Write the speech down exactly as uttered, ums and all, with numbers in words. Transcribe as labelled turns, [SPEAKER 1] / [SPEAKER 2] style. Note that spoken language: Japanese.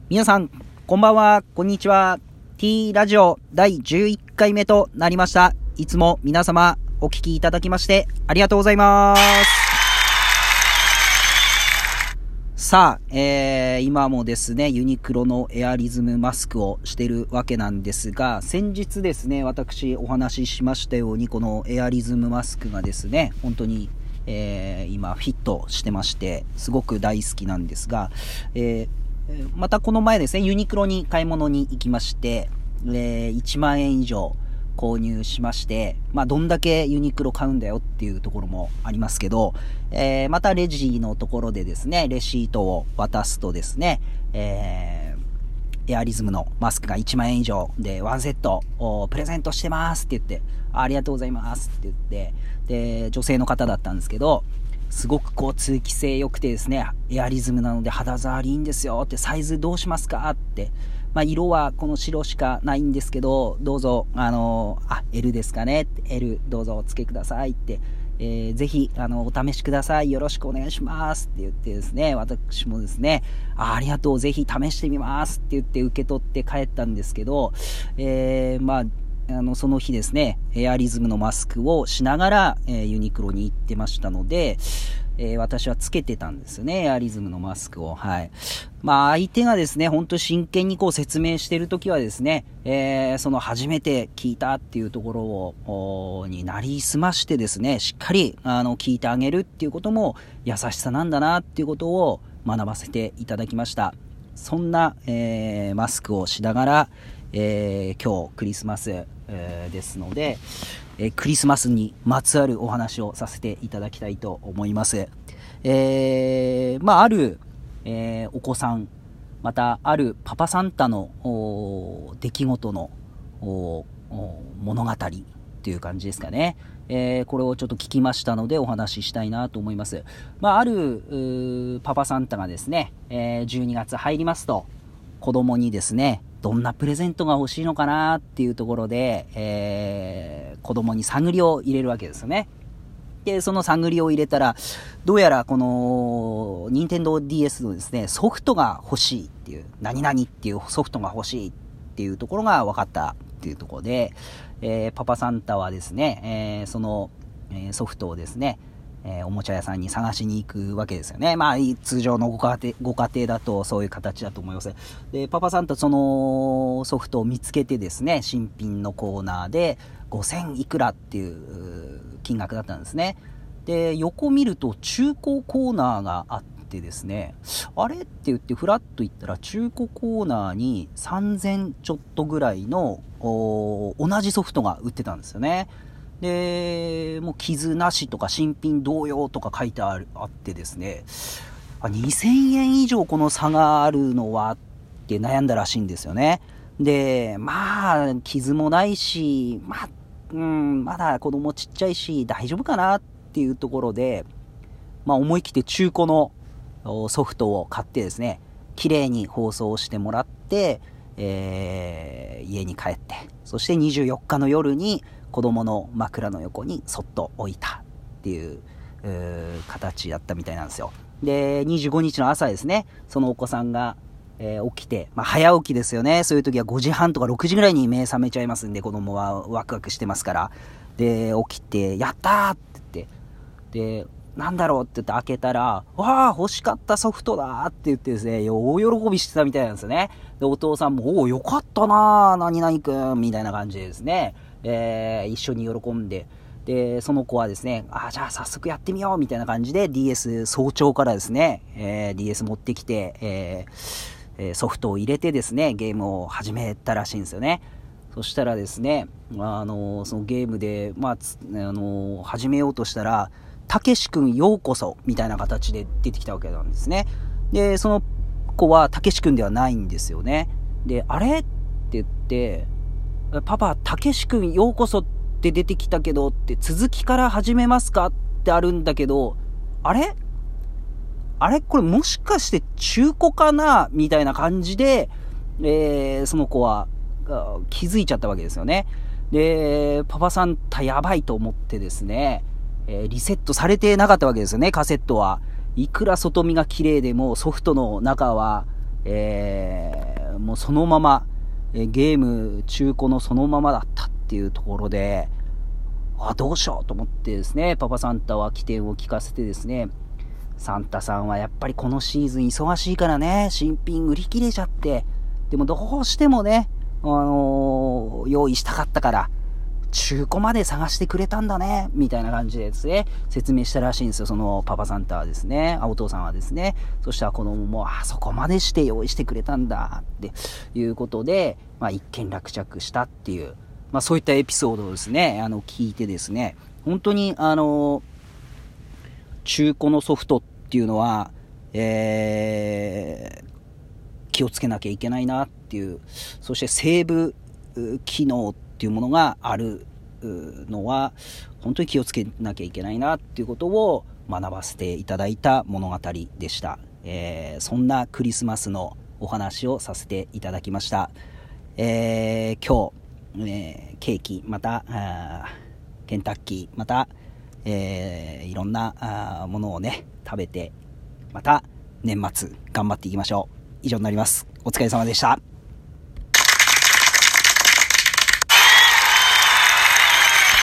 [SPEAKER 1] 皆さんこんばんは、こんにちは。 T ラジオだいじゅういっかいめとなりました。いつも皆様お聞きいただきましてありがとうございます。さあ、えー、今もですねユニクロのエアリズムマスクをしてるわけなんですが、先日ですね私お話ししましたように、このエアリズムマスクがですね本当に、えー、今フィットしてまして、すごく大好きなんですが、えーまたこの前ですねユニクロに買い物に行きまして、えー、いちまんえん以上購入しまして、まあどんだけユニクロ買うんだよっていうところもありますけど、えー、またレジのところでですねレシートを渡すとですね、えー、エアリズムのマスクがいちまんえん以上でワンセットをプレゼントしてますって言って、 あ, ありがとうございますって言って、で女性の方だったんですけど、すごくこう通気性良くてですね、エアリズムなので肌触りいいんですよって、サイズどうしますかって、まあ色はこの白しかないんですけど、どうぞあのあ エル ですかねって、 エル どうぞお付けくださいって、えー、ぜひあのお試しください、よろしくお願いしますって言ってですね、私もですね あ, ありがとう、ぜひ試してみますって言って受け取って帰ったんですけど、えー、まああのその日ですねエアリズムのマスクをしながら、えー、ユニクロに行ってましたので、えー、私はつけてたんですよね、エアリズムのマスクを。はい。まあ相手がですね本当真剣にこう説明してるときはですね、えー、その初めて聞いたっていうところをになりすましてですね、しっかりあの聞いてあげるっていうことも優しさなんだなっていうことを学ばせていただきました。そんな、えー、マスクをしながら、えー、今日クリスマス、えー、ですので、えー、クリスマスにまつわるお話をさせていただきたいと思います。えー、まあある、えー、お子さん、またあるパパサンタの出来事の物語という感じですかね。えー、これをちょっと聞きましたのでお話ししたいなと思います。まああるパパサンタがですね、えー、じゅうにがつ入りますと子供にですねどんなプレゼントが欲しいのかなっていうところで、えー、子供に探りを入れるわけですよね。でその探りを入れたら、どうやらこの任天堂 ディーエス のですねソフトが欲しいっていう、何々っていうソフトが欲しいっていうところが分かったっていうところで、えー、パパサンタはですね、えー、その、えー、ソフトをですねえー、おもちゃ屋さんに探しに行くわけですよね。まあ通常のご家庭、ご家庭だとそういう形だと思います。でパパさんとそのソフトを見つけてですね、新品のコーナーでごせんいくらっていう金額だったんですね。で横見ると中古コーナーがあってですね、あれって言ってフラッと行ったら中古コーナーにさんぜんちょっとぐらいの同じソフトが売ってたんですよね。でもう傷なしとか新品同様とか書いてあるあってですね、あにせんえん以上この差があるのはって悩んだらしいんですよね。でまあ傷もないし、まあ、うん、まだ子供ちっちゃいし大丈夫かなっていうところで、まあ、思い切って中古のソフトを買ってですね、綺麗に包装してもらって、えー、家に帰って、そしてにじゅうよっかの夜に子供の枕の横にそっと置いたっていう、う形だったみたいなんですよ。でにじゅうごにちの朝ですね、そのお子さんが、えー、起きて、まあ、早起きですよね。そういう時はごじはんとかろくじぐらいに目覚めちゃいますんで、子供はワクワクしてますから。で起きてやったーって言って、でなんだろうって言って開けたら、わあ欲しかったソフトだって言ってですね、大喜びしてたみたいなんですよね。でお父さんもおおよかったなー何々くんみたいな感じでですね、えー、一緒に喜んで、でその子はですね、あじゃあ早速やってみようみたいな感じで ディーエス 早朝からですね、えー、ディーエス 持ってきて、えー、ソフトを入れてですねゲームを始めたらしいんですよね。そしたらですね、あのそのゲームで、まああの始めようとしたら、たけしくんようこそみたいな形で出てきたわけなんですね。でその子はたけしくんではないんですよね。であれって言って、パパたけしくんようこそって出てきたけどって、続きから始めますかってあるんだけど、あれあれこれもしかして中古かなみたいな感じで、えー、その子は気づいちゃったわけですよね。でパパサンタやばいと思ってですね、えー、リセットされてなかったわけですよね。カセットはいくら外見が綺麗でもソフトの中は、 えー、もうそのまま、えー、ゲーム中古のそのままだったっていうところで、あ、どうしようと思ってですね、パパサンタは起点を聞かせてですね、サンタさんはやっぱりこのシーズン忙しいからね、新品売り切れちゃって、でもどうしてもね、あのー、用意したかったから、中古まで探してくれたんだね、みたいな感じでですね、説明したらしいんですよ、そのパパサンタはですね、あ、お父さんはですね。そしたら子供も、あそこまでして用意してくれたんだ、っていうことで、まあ一件落着したっていう、まあそういったエピソードをですね、あの、聞いてですね、本当に、あの、中古のソフトっていうのは、えー、気をつけなきゃいけないなっていう、そしてセーブ機能っていうものがあるのは、本当に気をつけなきゃいけないなっていうことを学ばせていただいた物語でした。えー、そんなクリスマスのお話をさせていただきました。えー、今日、えー、ケーキ、また、ケンタッキー、また、えー、いろんなものをね、食べて、また年末頑張っていきましょう。以上になります。お疲れ様でした。